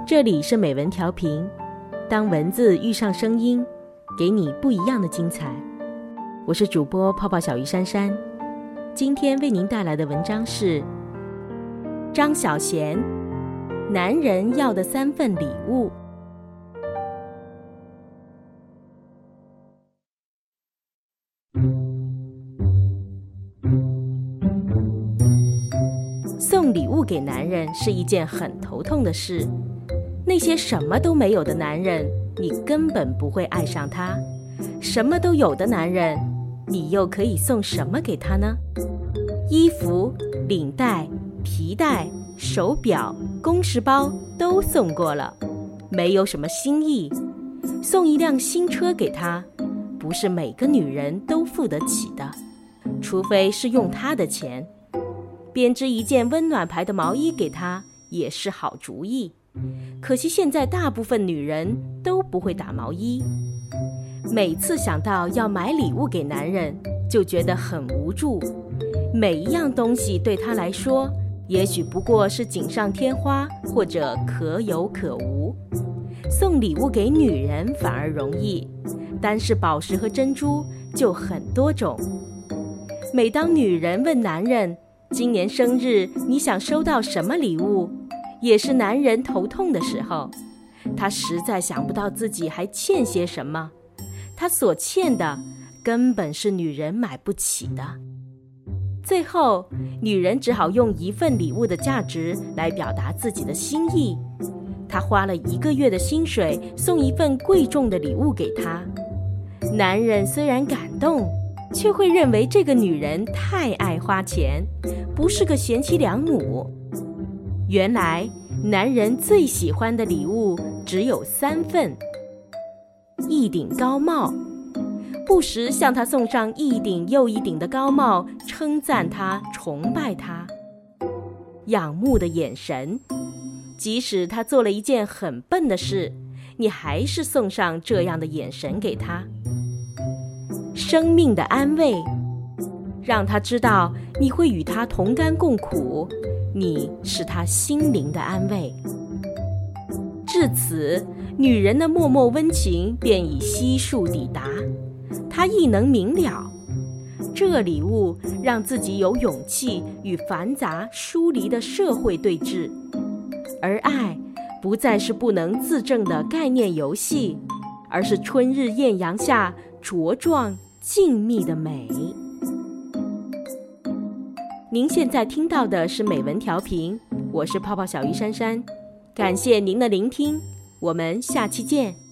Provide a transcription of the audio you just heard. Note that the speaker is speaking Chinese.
这里是美文调频，当文字遇上声音，给你不一样的精彩。我是主播泡泡小鱼珊珊，今天为您带来的文章是张小娴，男人要的3份礼物。送礼物给男人是一件很头痛的事，那些什么都没有的男人，你根本不会爱上他；什么都有的男人，你又可以送什么给他呢？衣服、领带、皮带、手表、公事包都送过了，没有什么新意。送一辆新车给他，不是每个女人都付得起的，除非是用他的钱。编织一件温暖牌的毛衣给他也是好主意，可惜现在大部分女人都不会打毛衣。每次想到要买礼物给男人，就觉得很无助。每一样东西对他来说，也许不过是锦上添花，或者可有可无。送礼物给女人反而容易，单是宝石和珍珠就很多种。每当女人问男人，今年生日你想收到什么礼物，也是男人头痛的时候。他实在想不到自己还欠些什么，他所欠的根本是女人买不起的。最后，女人只好用1份礼物的价值来表达自己的心意。她花了1个月的薪水送1份贵重的礼物给他。男人虽然感动，却会认为这个女人太爱花钱，不是个贤妻良母。原来男人最喜欢的礼物只有3份：一顶高帽，不时向他送上一顶又一顶的高帽，称赞他，崇拜他；仰慕的眼神，即使他做了一件很笨的事，你还是送上这样的眼神给他；生命的安慰，让他知道你会与他同甘共苦，你是他心灵的安慰。至此，女人的默默温情便已悉数抵达，她亦能明了，这礼物让自己有勇气与繁杂疏离的社会对峙，而爱不再是不能自证的概念游戏，而是春日艳阳下茁壮静谧的美。您现在听到的是美文调频，我是泡泡小鱼珊珊，感谢您的聆听，我们下期见。